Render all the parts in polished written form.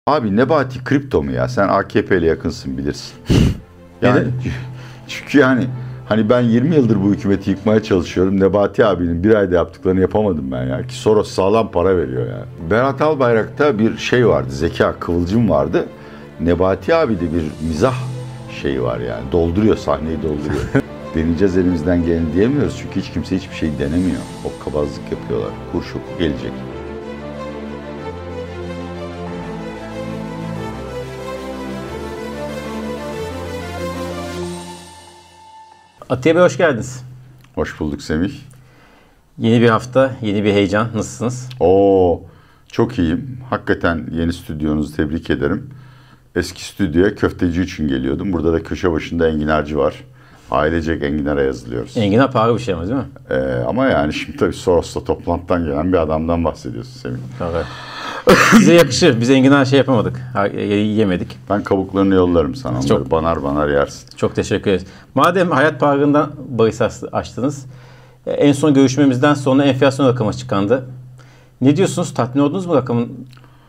Abi Nebati kripto mu ya? Sen AKP'li yakınsın bilirsin. Yani çünkü yani hani ben 20 yıldır bu hükümeti yıkmaya çalışıyorum. Nebati abinin bir ayda yaptıklarını yapamadım ben ya. Ki Soros sağlam para veriyor ya. Berat Albayrak'ta bir şey vardı. Zeka, kıvılcım vardı. Nebati abi de bir mizah şeyi var yani. Dolduruyor, sahneyi dolduruyor. Deneyeceğiz elimizden geleni diyemiyoruz. Çünkü hiç kimse hiçbir şey denemiyor. Hokkabazlık yapıyorlar. Kur şoku gelecek. Atiye Bey hoş geldiniz. Hoş bulduk Semih. Yeni bir hafta, yeni bir heyecan. Nasılsınız? Çok iyiyim. Hakikaten yeni stüdyonuzu tebrik ederim. Eski stüdyoya köfteci için geliyordum. Burada da köşe başında enginarcı var. Ailecek enginara yazılıyoruz. Enginar pahalı bir şey ama değil mi? Ama yani şimdi tabii Soros'ta toplantıdan gelen bir adamdan bahsediyorsun Semih. Evet. Bize yakışır. Biz enginar yapamadık. Yemedik. Ben kabuklarını yollarım sana. Çok banar banar yersin. Çok teşekkür ederiz. Madem Hayat Pahalılığından bahis açtınız. En son görüşmemizden sonra enflasyon rakamı açıklandı. Ne diyorsunuz? Tatmin oldunuz mu rakamın?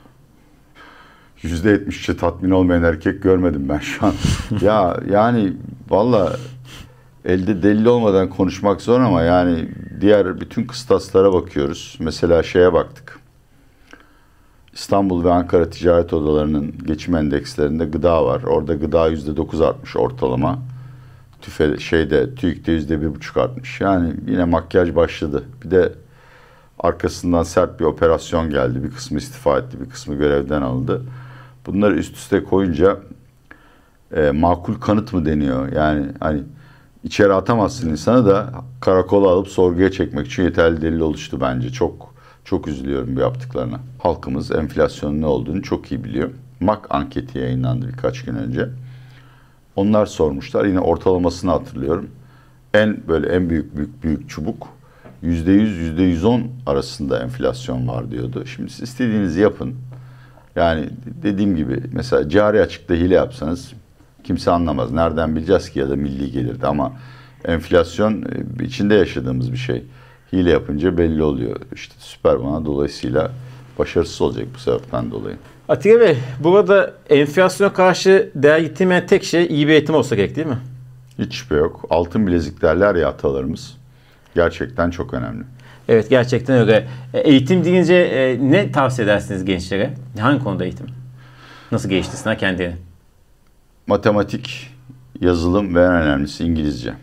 %70'i tatmin olmayan erkek görmedim ben şu an. Ya yani valla elde delil olmadan konuşmak zor ama yani diğer bütün kıstaslara bakıyoruz. Mesela şeye baktık. İstanbul ve Ankara ticaret odalarının geçim endekslerinde gıda var. Orada gıda %9 artmış ortalama. TÜİK'te %1,5 artmış. Yani yine makyaj başladı. Bir de arkasından sert bir operasyon geldi. Bir kısmı istifa etti, bir kısmı görevden alındı. Bunları üst üste koyunca makul kanıt mı deniyor? Yani hani içeri atamazsın insanı da karakola alıp sorguya çekmek için yeterli delil oluştu bence. Çok üzülüyorum bu yaptıklarına. Halkımız enflasyonun ne olduğunu çok iyi biliyor. MAK anketi yayınlandı birkaç gün önce. Onlar sormuşlar. Yine ortalamasını hatırlıyorum. En büyük çubuk %100, %110 arasında enflasyon var diyordu. Şimdi siz istediğinizi yapın. Yani dediğim gibi mesela cari açıkta hile yapsanız kimse anlamaz. Nereden bileceğiz ki ya da milli gelirdi ama enflasyon içinde yaşadığımız bir şey. Hile yapınca belli oluyor. İşte Süperman'a dolayısıyla başarısız olacak bu sebepten dolayı. Atiye Bey, burada enflasyona karşı değer yitirmeyen tek şey iyi bir eğitim olsa gerek değil mi? Hiç şüphe yok. Altın bilezik derler ya atalarımız. Gerçekten çok önemli. Evet, gerçekten öyle. Eğitim deyince ne tavsiye edersiniz gençlere? Hangi konuda eğitim? Nasıl geçti sınav kendini? Matematik, yazılım ve en önemlisi İngilizce.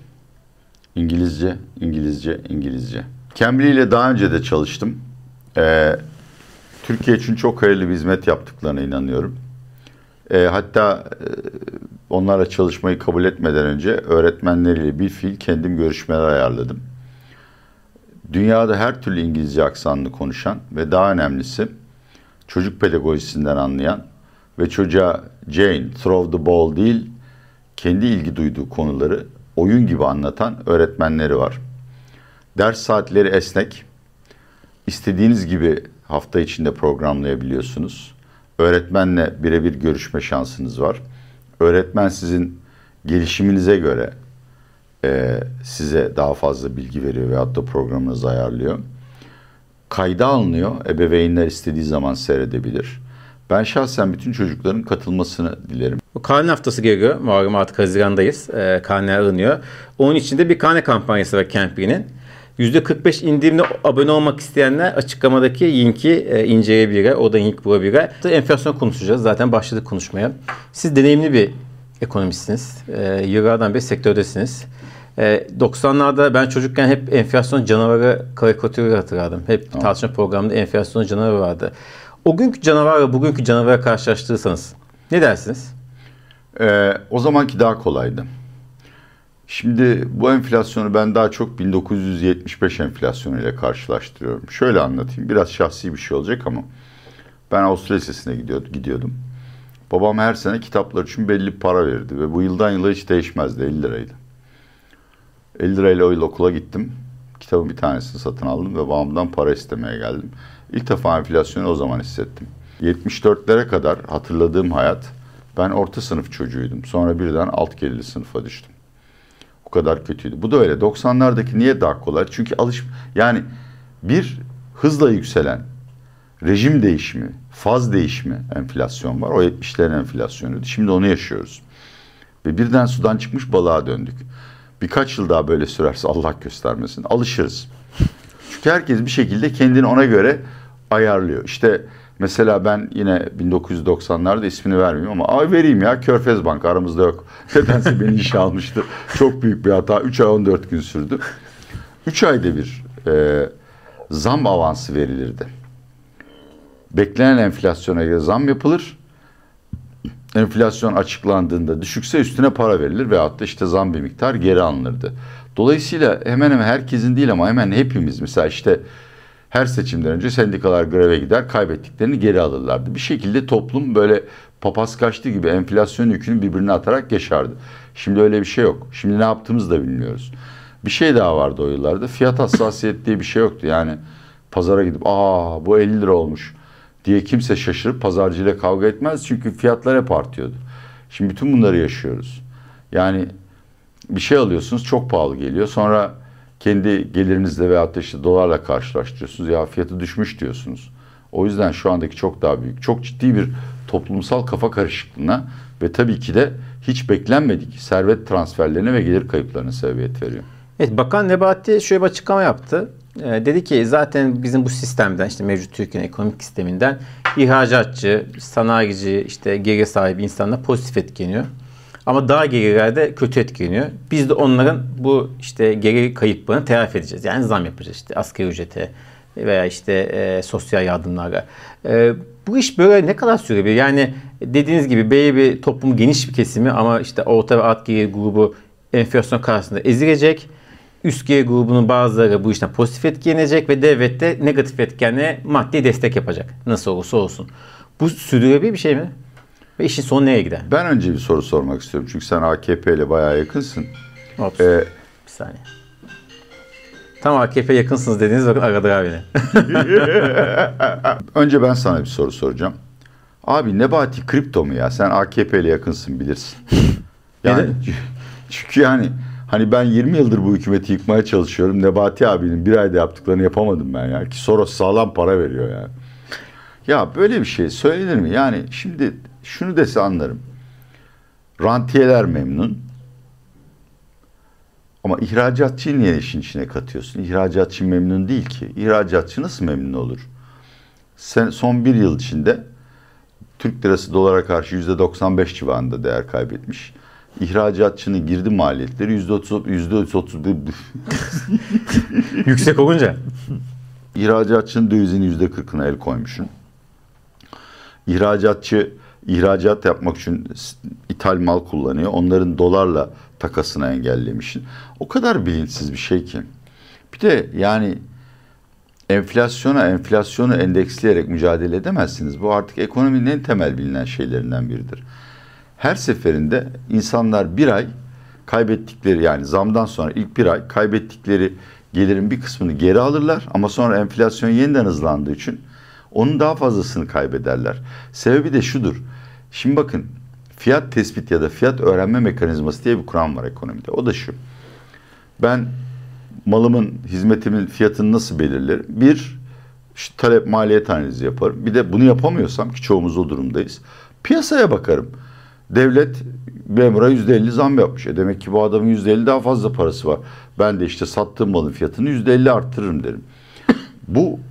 İngilizce. Cambly ile daha önce de çalıştım. Türkiye için çok hayırlı bir hizmet yaptıklarına inanıyorum. Hatta onlarla çalışmayı kabul etmeden önce öğretmenleriyle bir fiil kendim görüşmeler ayarladım. Dünyada her türlü İngilizce aksanını konuşan ve daha önemlisi çocuk pedagojisinden anlayan ve çocuğa Jane, throw the ball değil, kendi ilgi duyduğu konuları oyun gibi anlatan öğretmenleri var. Ders saatleri esnek, istediğiniz gibi hafta içinde programlayabiliyorsunuz. Öğretmenle birebir görüşme şansınız var. Öğretmen sizin gelişiminize göre size daha fazla bilgi veriyor veyahut da programınızı ayarlıyor. Kayda alınıyor. Ebeveynler istediği zaman seyredebilir. Ben şahsen bütün çocukların katılmasını dilerim. Bu karne haftası geliyor. Malum artık Haziran'dayız. Karneler alınıyor. Onun için de bir karne kampanyası var Cambly'nin. %45 indirimli abone olmak isteyenler açıklamadaki linki inceleyebilirler. Orada link bulabilirler. Enflasyon konuşacağız. Zaten başladık konuşmaya. Siz deneyimli bir ekonomistsiniz. Yıllardan beri sektördesiniz. 90'larda ben çocukken hep enflasyon canavarı karikatürü hatırladım. Hep tartışma programında enflasyon canavarı vardı. O günkü canavarla bugünkü canavara karşılaştırırsanız ne dersiniz? O zamanki daha kolaydı. Şimdi bu enflasyonu ben daha çok 1975 enflasyonu ile karşılaştırıyorum. Şöyle anlatayım. Biraz şahsi bir şey olacak ama ben Avusturya Lisesi'ne gidiyordum. Babam her sene kitaplar için belli bir para verirdi ve bu yıldan yıla hiç değişmezdi. 50 liraydı. 50 lirayla o yıl okula gittim. Kitabın bir tanesini satın aldım ve babamdan para istemeye geldim. İlk defa enflasyonu o zaman hissettim. 74'lere kadar hatırladığım hayat, ben orta sınıf çocuğuydum. Sonra birden alt gelirli sınıfa düştüm. O kadar kötüydü. Bu da öyle. 90'lardaki niye daha kolay? Çünkü yani bir hızla yükselen rejim değişimi, faz değişimi enflasyon var. O 70'lerin enflasyonuydu. Şimdi onu yaşıyoruz. Ve birden sudan çıkmış balığa döndük. Birkaç yıl daha böyle sürerse Allah göstermesin. Alışırız. Çünkü herkes bir şekilde kendini ona göre ayarlıyor. İşte mesela ben yine 1990'larda ismini vermiyorum ama vereyim ya, Körfez Bank aramızda yok. Nedense beni işe almıştı. Çok büyük bir hata. 3 ay 14 gün sürdü. 3 ayda bir zam avansı verilirdi. Beklenen enflasyona göre zam yapılır. Enflasyon açıklandığında düşükse üstüne para verilir veyahut da işte zam bir miktar geri alınırdı. Dolayısıyla hemen hemen herkesin değil ama hemen hepimiz mesela işte her seçimden önce sendikalar greve gider, kaybettiklerini geri alırlardı. Bir şekilde toplum böyle papaz kaçtı gibi enflasyon yükünü birbirine atarak yaşardı. Şimdi öyle bir şey yok. Şimdi ne yaptığımızı da bilmiyoruz. Bir şey daha vardı o yıllarda. Fiyat hassasiyeti diye bir şey yoktu. Yani pazara gidip bu 50 lira olmuş diye kimse şaşırıp pazarcıyla kavga etmez. Çünkü fiyatlar hep artıyordu. Şimdi bütün bunları yaşıyoruz. Yani bir şey alıyorsunuz, çok pahalı geliyor. Sonra kendi gelirinizle veyahut da işte dolarla karşılaştırıyorsunuz. Ya fiyatı düşmüş diyorsunuz. O yüzden şu andaki çok daha büyük, çok ciddi bir toplumsal kafa karışıklığına ve tabii ki de hiç beklenmedik servet transferlerine ve gelir kayıplarına sebebiyet veriyor. Evet, Bakan Nebati şöyle bir açıklama yaptı. Dedi ki zaten bizim bu sistemden, işte mevcut Türkiye'nin ekonomik sisteminden ihracatçı, sanayici, işte gelir sahibi insanlar pozitif etkileniyor. Ama daha gelirlerde kötü etkileniyor. Biz de onların bu işte gelir kayıplarını telafi edeceğiz. Yani zam yapacağız işte asgari ücrete veya işte sosyal yardımlara. Bu iş böyle ne kadar sürebilir? Yani dediğiniz gibi belli bir toplumun geniş bir kesimi ama işte orta ve alt gelir grubu enflasyon karşısında ezilecek. Üst gelir grubunun bazıları bu işten pozitif etkilenecek ve devlet de negatif etkenle maddi destek yapacak. Nasıl olursa olsun. Bu sürdürülebilir bir şey mi? Ve işin sonu nereye gider? Ben önce bir soru sormak istiyorum. Çünkü sen AKP ile bayağı yakınsın. Bir saniye. Tam AKP yakınsınız dediğiniz vakit aradılar beni. Önce ben sana bir soru soracağım. Abi Nebati kripto mu ya? Sen AKP ile yakınsın, bilirsin. Yani çünkü yani hani ben 20 yıldır bu hükümeti yıkmaya çalışıyorum. Nebati abinin bir ayda yaptıklarını yapamadım ben ya. Ki Soros sağlam para veriyor ya. Ya böyle bir şey söylenir mi? Yani şimdi şunu dese anlarım. Rantiyeler memnun. Ama ihracatçıyı niye işin içine katıyorsun? İhracatçı memnun değil ki. İhracatçı nasıl memnun olur? Son bir yıl içinde Türk lirası dolara karşı %95 civarında değer kaybetmiş. İhracatçının girdi maliyetleri %30 yüksek olunca. İhracatçının dövizini %40'ına el koymuşsun. İhracatçı ihracat yapmak için ithal mal kullanıyor. Onların dolarla takasını engellemişsin. O kadar bilinçsiz bir şey ki. Bir de yani enflasyonu endeksleyerek mücadele edemezsiniz. Bu artık ekonominin en temel bilinen şeylerinden biridir. Her seferinde insanlar bir ay kaybettikleri, yani zamdan sonra ilk bir ay kaybettikleri gelirin bir kısmını geri alırlar ama sonra enflasyon yeniden hızlandığı için onun daha fazlasını kaybederler. Sebebi de şudur. Şimdi bakın, fiyat tespit ya da fiyat öğrenme mekanizması diye bir kuram var ekonomide. O da şu. Ben malımın, hizmetimin fiyatını nasıl belirlerim? Bir, işte talep maliyet analizi yaparım. Bir de bunu yapamıyorsam, ki çoğumuz o durumdayız, piyasaya bakarım. Devlet memura %50 zam yapmış. Demek ki bu adamın %50 daha fazla parası var. Ben de işte sattığım malın fiyatını %50 arttırırım derim. Bu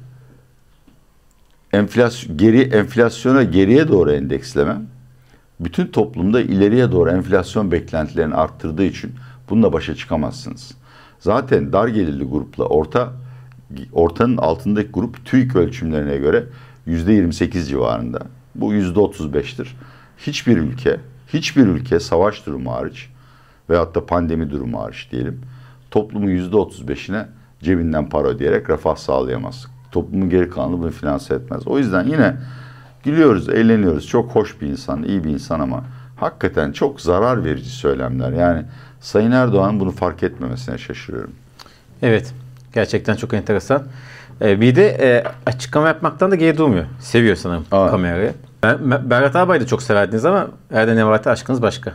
enflasyona geriye doğru endeksleme bütün toplumda ileriye doğru enflasyon beklentilerini arttırdığı için bununla başa çıkamazsınız. Zaten dar gelirli grupla ortanın altındaki grup TÜİK ölçümlerine göre %28 civarında. Bu %35'tir. Hiçbir ülke savaş durumu hariç veyahut da pandemi durumu hariç diyelim, toplumun %35'ine cebinden para ödeyerek refah sağlayamaz. Toplumun geri kalanını bunu finanse etmez. O yüzden yine gülüyoruz, eğleniyoruz. Çok hoş bir insan, iyi bir insan ama hakikaten çok zarar verici söylemler. Yani Sayın Erdoğan bunu fark etmemesine şaşırıyorum. Evet, gerçekten çok enteresan. Bir de açıklama yapmaktan da geri durmuyor. Seviyor sanırım kamerayı. Berat Albayrak'ı da çok severdiniz ama Erdem Nebati aşkınız başka.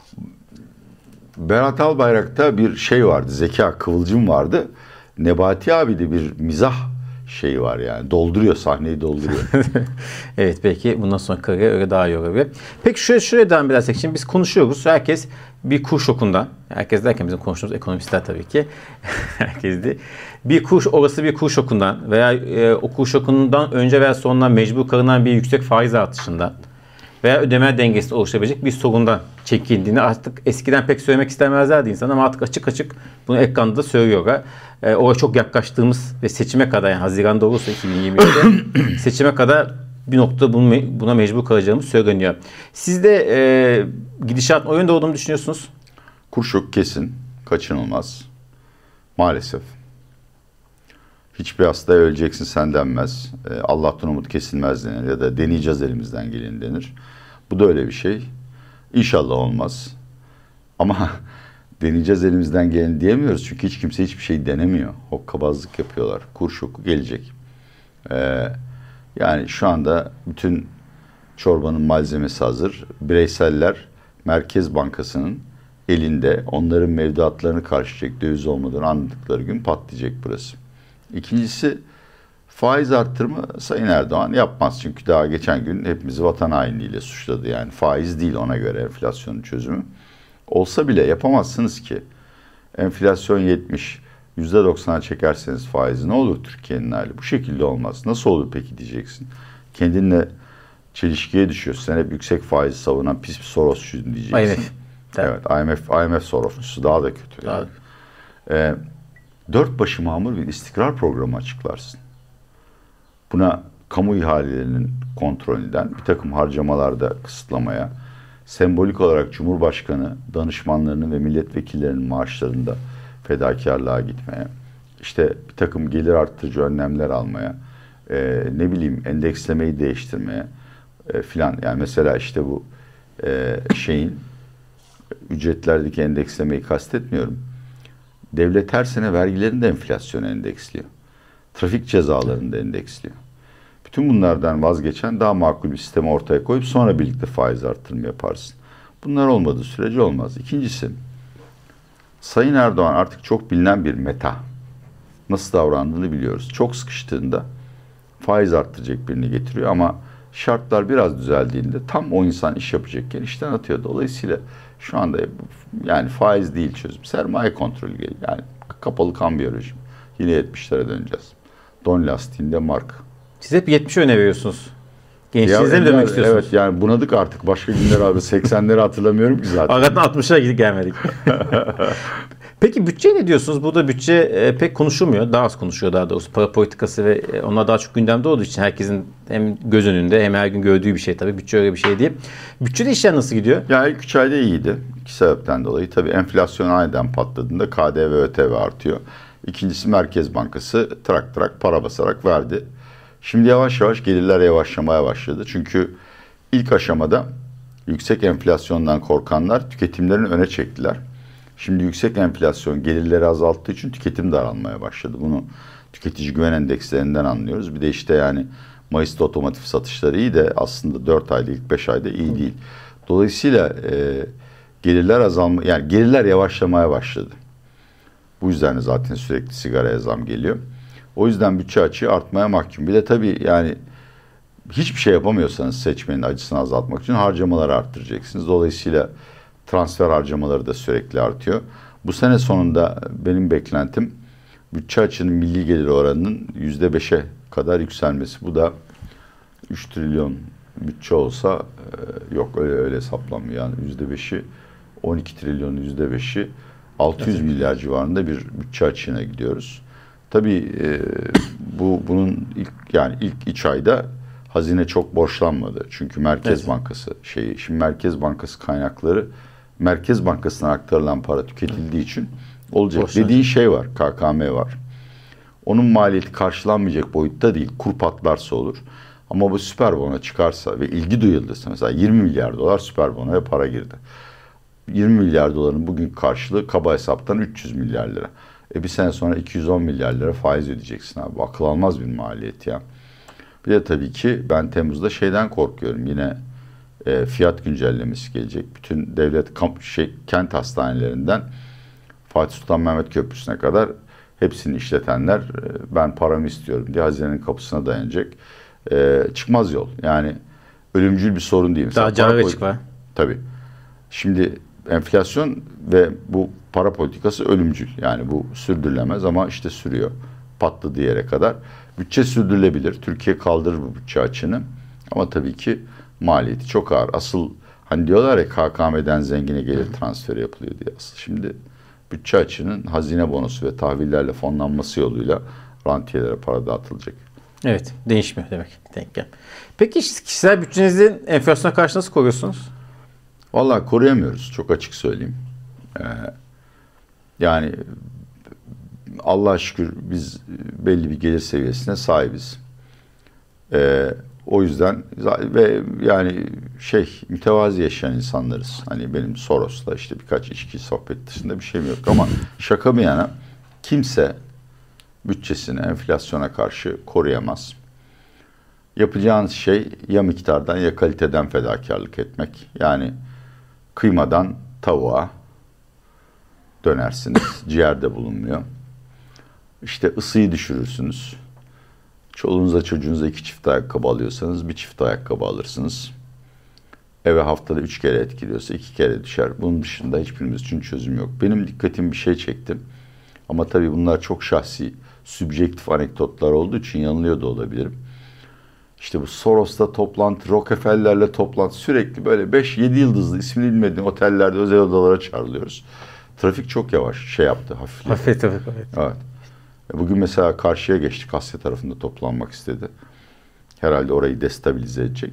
Berat Albayrak'ta bir şey vardı, zeka, kıvılcım vardı. Nebati abi de bir mizah şeyi var yani. Dolduruyor, sahneyi dolduruyor. Evet, belki bundan sonra kariyer öyle daha iyi olabilir. Peki şuraya devam edersek, şimdi biz konuşuyoruz. Herkes bir kur şokundan, herkes derken bizim konuştuğumuz ekonomistler tabii ki, herkes de olası bir kur şokundan veya o kur şokundan önce veya sonradan mecbur kalınan bir yüksek faiz artışından veya ödeme dengesi oluşabilecek bir sorundan çekindiğini artık eskiden pek söylemek istemezlerdi insan, ama artık açık açık bunu ekranda da söylüyorlar. Oraya çok yaklaştığımız ve seçime kadar, yani Haziran'da olursa 2023'te seçime kadar bir noktada buna mecbur kalacağımız söyleniyor. Siz de gidişat o yönde olduğunu düşünüyorsunuz. Kur şoku kesin, kaçınılmaz. Maalesef. Hiçbir hastaya öleceksin sen denmez. Allah'tan umut kesilmez denir ya da deneyeceğiz elimizden geleni denir. Bu da öyle bir şey. İnşallah olmaz. Ama deneyeceğiz elimizden geleni diyemiyoruz. Çünkü hiç kimse hiçbir şey denemiyor. Hokkabazlık yapıyorlar. Kur şoku gelecek. Yani şu anda bütün çorbanın malzemesi hazır. Bireyseller Merkez Bankası'nın elinde, onların mevduatlarını karşılayacak döviz olmadan anladıkları gün patlayacak burası. İkincisi, faiz arttırımı Sayın Erdoğan yapmaz. Çünkü daha geçen gün hepimizi vatan hainliğiyle suçladı. Yani faiz değil ona göre enflasyonun çözümü. Olsa bile yapamazsınız ki. Enflasyon 70, %90'a çekerseniz faizi ne olur Türkiye'nin hali? Bu şekilde olmaz. Nasıl olur peki diyeceksin. Kendinle çelişkiye düşüyorsun. Sen hep yüksek faiz savunan pis bir Sorosçuydun diyeceksin. IMF. Evet, IMF Sorosçusu daha da kötü. Yani. Dört başı mamur bir istikrar programı açıklarsın. Buna kamu ihalelerinin kontrolünden bir takım harcamalarda kısıtlamaya, sembolik olarak Cumhurbaşkanı danışmanlarının ve milletvekillerinin maaşlarında fedakarlığa gitmeye, işte bir takım gelir arttırıcı önlemler almaya, ne bileyim endekslemeyi değiştirmeye filan. Yani mesela işte bu ücretlerdeki endekslemeyi kastetmiyorum. Devlet her sene vergilerini de enflasyona endeksliyor. Trafik cezalarını da endeksliyor. Bütün bunlardan vazgeçen daha makul bir sistemi ortaya koyup sonra birlikte faiz artırımı yaparsın. Bunlar olmadığı sürece olmaz. İkincisi, Sayın Erdoğan artık çok bilinen bir meta. Nasıl davrandığını biliyoruz. Çok sıkıştığında faiz arttıracak birini getiriyor ama şartlar biraz düzeldiğinde tam o insan iş yapacakken işten atıyor. Dolayısıyla şu anda yani faiz değil çözüm. Sermaye kontrolü geliyor. Yani kapalı kambiyo rejimi. Yine 70'lere döneceğiz. Don lastiğinde marka. Siz hep 70'e öne veriyorsunuz. Gençliğinize mi dönmek istiyorsunuz? Evet, yani bunadık artık. Başka günler abi 80'leri hatırlamıyorum ki zaten. Aradan 60'a gidip gelmedik. Peki bütçe ne diyorsunuz? Burada bütçe pek konuşulmuyor. Daha az konuşuyor daha doğrusu. Para politikası ve onlar daha çok gündemde olduğu için herkesin hem göz önünde hem her gün gördüğü bir şey tabii. Bütçe öyle bir şey değil. Bütçede işler nasıl gidiyor? Ya ilk 3 ayda iyiydi. İki sebepten dolayı. Tabii enflasyon aniden patladığında KDV, ÖTV artıyor. İkincisi Merkez Bankası trak para basarak verdi. Şimdi yavaş yavaş gelirler yavaşlamaya başladı. Çünkü ilk aşamada yüksek enflasyondan korkanlar tüketimlerini öne çektiler. Şimdi yüksek enflasyon gelirleri azalttığı için tüketim daralmaya başladı. Bunu tüketici güven endekslerinden anlıyoruz. Bir de işte yani Mayıs'ta otomotiv satışları iyi de aslında 4 ayda ilk 5 ayda iyi değil. Dolayısıyla gelirler yavaşlamaya başladı. Bu yüzden zaten sürekli sigaraya zam geliyor. O yüzden bütçe açığı artmaya mahkum. Bir de tabii yani hiçbir şey yapamıyorsanız seçmenin acısını azaltmak için harcamaları arttıracaksınız. Dolayısıyla transfer harcamaları da sürekli artıyor. Bu sene sonunda benim beklentim bütçe açığının milli gelir oranının %5'e kadar yükselmesi. Bu da 3 trilyon bütçe olsa yok öyle hesaplanmıyor. Yani %5'i 12 trilyonun %5'i 600 milyar civarında bir bütçe açığına gidiyoruz. Tabii bunun ilk 3 ayda hazine çok borçlanmadı. Çünkü Merkez Bankası şimdi Merkez Bankası kaynakları Merkez Bankası'na aktarılan para tüketildiği için olacak. Dediğin şey var, KKM var. Onun maliyeti karşılanmayacak boyutta değil. Kur patlarsa olur. Ama bu süper bono çıkarsa ve ilgi duyulursa mesela 20 milyar dolar süper bonoya para girdi. 20 milyar doların bugün karşılığı kaba hesaptan 300 milyar lira. Bir sene sonra 210 milyar lira faiz ödeyeceksin abi. Akıl almaz bir maliyet ya. Bir de tabii ki ben Temmuz'da şeyden korkuyorum. Yine fiyat güncellemesi gelecek. Bütün devlet kent hastanelerinden Fatih Sultan Mehmet Köprüsü'ne kadar hepsini işletenler ben paramı istiyorum diye hazinenin kapısına dayanacak. Çıkmaz yol. Yani ölümcül bir sorun değil. Daha cari açık var. Tabii. Şimdi enflasyon ve bu para politikası ölümcül. Yani bu sürdürülemez ama işte sürüyor. Patladığı yere kadar. Bütçe sürdürülebilir. Türkiye kaldırır bu bütçe açığını. Ama tabii ki maliyeti çok ağır. Asıl hani diyorlar ya KKM'den zengine gelir transferi yapılıyor diye. Asıl şimdi bütçe açığının hazine bonosu ve tahvillerle fonlanması yoluyla rantiyelere para dağıtılacak. Evet, değişmiyor demek denklem. Peki kişisel bütçenizi enflasyona karşı nasıl koruyorsunuz? Vallahi koruyamıyoruz. Çok açık söyleyeyim. Yani Allah'a şükür biz belli bir gelir seviyesine sahibiz. O yüzden ve yani mütevazi yaşayan insanlarız. Hani benim Soros'la işte birkaç içki sohbet dışında bir şeyim yok. Ama şaka bir yana kimse bütçesini enflasyona karşı koruyamaz. Yapacağınız şey ya miktardan ya kaliteden fedakarlık etmek. Yani kıymadan tavuğa dönersiniz. Ciğerde bulunmuyor. İşte ısıyı düşürürsünüz. Çoluğunuza çocuğunuza 2 çift ayakkabı alıyorsanız 1 çift ayakkabı alırsınız. Eve haftada 3 kere etkiliyorsa 2 kere düşer. Bunun dışında hiçbirimiz için çözüm yok. Benim dikkatimi bir şey çekti. Ama tabii bunlar çok şahsi, sübjektif anekdotlar olduğu için yanılıyor da olabilirim. İşte bu Soros'ta toplantı, Rockefeller'le toplantı sürekli böyle 5-7 yıldızlı ismini bilmediğim otellerde özel odalara çağrılıyoruz. Trafik çok yavaş yaptı hafifledi. Hafif trafik, Evet. Bugün mesela karşıya geçtik. Asya tarafında toplanmak istedi. Herhalde orayı destabilize edecek.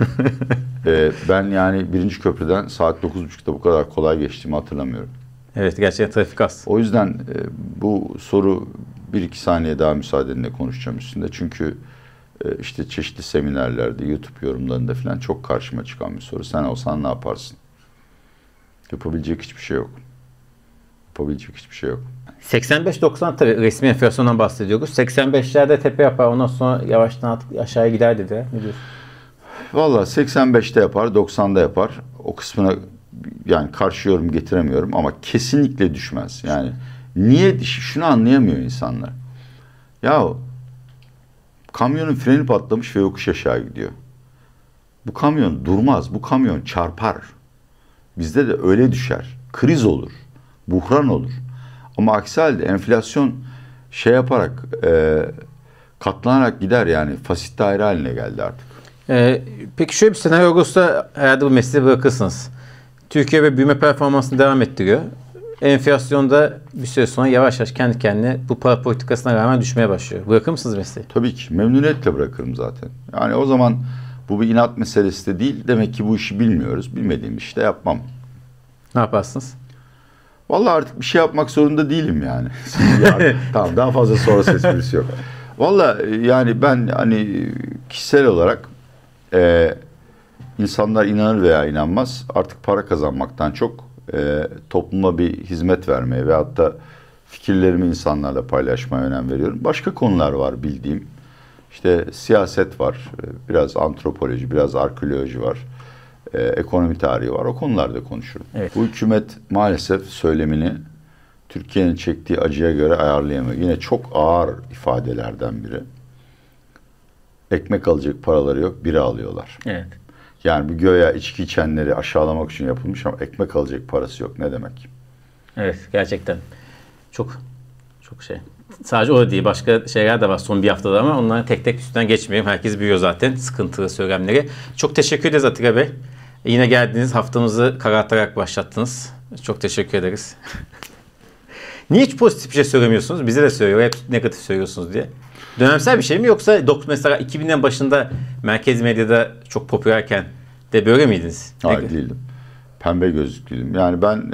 Ben yani 1. köprüden saat 9.30'da bu kadar kolay geçtiğimi hatırlamıyorum. Evet, gerçekten trafik az. O yüzden bu soru 1-2 saniye daha müsaadenle konuşacağım üstünde. Çünkü işte çeşitli seminerlerde, YouTube yorumlarında falan çok karşıma çıkan bir soru. Sen olsan ne yaparsın? Yapabilecek hiçbir şey yok. Yapabilecek hiçbir şey yok. 85-90 tabii resmi enflasyondan bahsediyoruz. 85'lerde tepe yapar, ondan sonra yavaştan aşağıya gider dedi. Ne diyorsun? Valla 85'te yapar, 90'da yapar. O kısmına yani karşı yorum getiremiyorum ama kesinlikle düşmez. Yani niye şunu anlayamıyor insanlar. Yahu kamyonun freni patlamış ve yokuş aşağı gidiyor. Bu kamyon durmaz. Bu kamyon çarpar. Bizde de öyle düşer. Kriz olur. Buhran olur. Ama aksi halde enflasyon yaparak katlanarak gider yani. Fasit daire haline geldi artık. Peki şöyle bir senaryo olursa herhalde bu mesleği bırakırsınız. Türkiye ve büyüme performansını devam ettiriyor. Enflasyonda bir süre sonra yavaş yavaş kendi kendine bu para politikasına rağmen düşmeye başlıyor. Bırakır mısınız mesleği? Tabii ki. Memnuniyetle bırakırım zaten. Yani o zaman bu bir inat meselesi de değil. Demek ki bu işi bilmiyoruz. Bilmediğim işte yapmam. Ne yaparsınız? Vallahi artık bir şey yapmak zorunda değilim yani. Tamam, daha fazla sonrası esprisi yok. Vallahi yani ben hani kişisel olarak insanlar inanır veya inanmaz artık para kazanmaktan çok topluma bir hizmet vermeye veyahut da fikirlerimi insanlarla paylaşmaya önem veriyorum. Başka konular var bildiğim. İşte siyaset var, biraz antropoloji, biraz arkeoloji var, ekonomi tarihi var. O konularda konuşurum. Evet. Bu hükümet maalesef söylemini Türkiye'nin çektiği acıya göre ayarlayamıyor. Yine çok ağır ifadelerden biri. Ekmek alacak paraları yok, bira alıyorlar. Evet. Yani bu göya içki içenleri aşağılamak için yapılmış ama ekmek alacak parası yok. Ne demek? Evet, gerçekten. Çok şey. Sadece o değil. Başka şeyler de var son bir haftada ama onları tek tek üstünden geçmeyeyim. Herkes biliyor zaten sıkıntılı söylemleri. Çok teşekkür ederiz Atilla Bey. Yine geldiniz. Haftamızı karartarak başlattınız. Çok teşekkür ederiz. Niye hiç pozitif bir şey söylemiyorsunuz? Bize de söylüyor. Hep negatif söylüyorsunuz diye. Dönemsel bir şey mi yoksa mesela 2000'lerin başında merkez medyada çok popülerken de böyle miydiniz? Hayır, değildim. Pembe gözlüklüydüm. Yani ben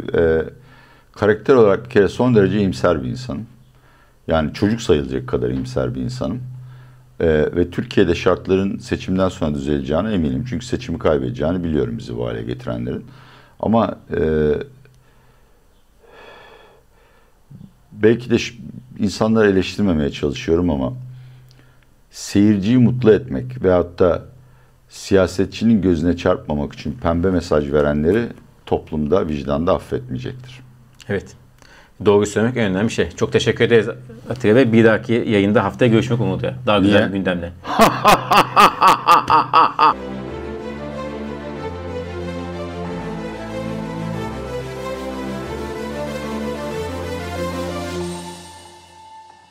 karakter olarak bir kere son derece iyimser bir insanım. Yani çocuk sayılacak kadar iyimser bir insanım. Ve Türkiye'de şartların seçimden sonra düzeleceğine eminim. Çünkü seçimi kaybedeceğini biliyorum bizi bu hale getirenlerin. Ama belki de insanları eleştirmemeye çalışıyorum ama seyirciyi mutlu etmek veyahut da siyasetçinin gözüne çarpmamak için pembe mesaj verenleri toplumda, vicdanda affetmeyecektir. Evet. Doğru söylemek en önemli şey. Çok teşekkür ederiz Atilla Bey. Bir dahaki yayında haftaya görüşmek umuduyla. Daha güzel bir gündemle.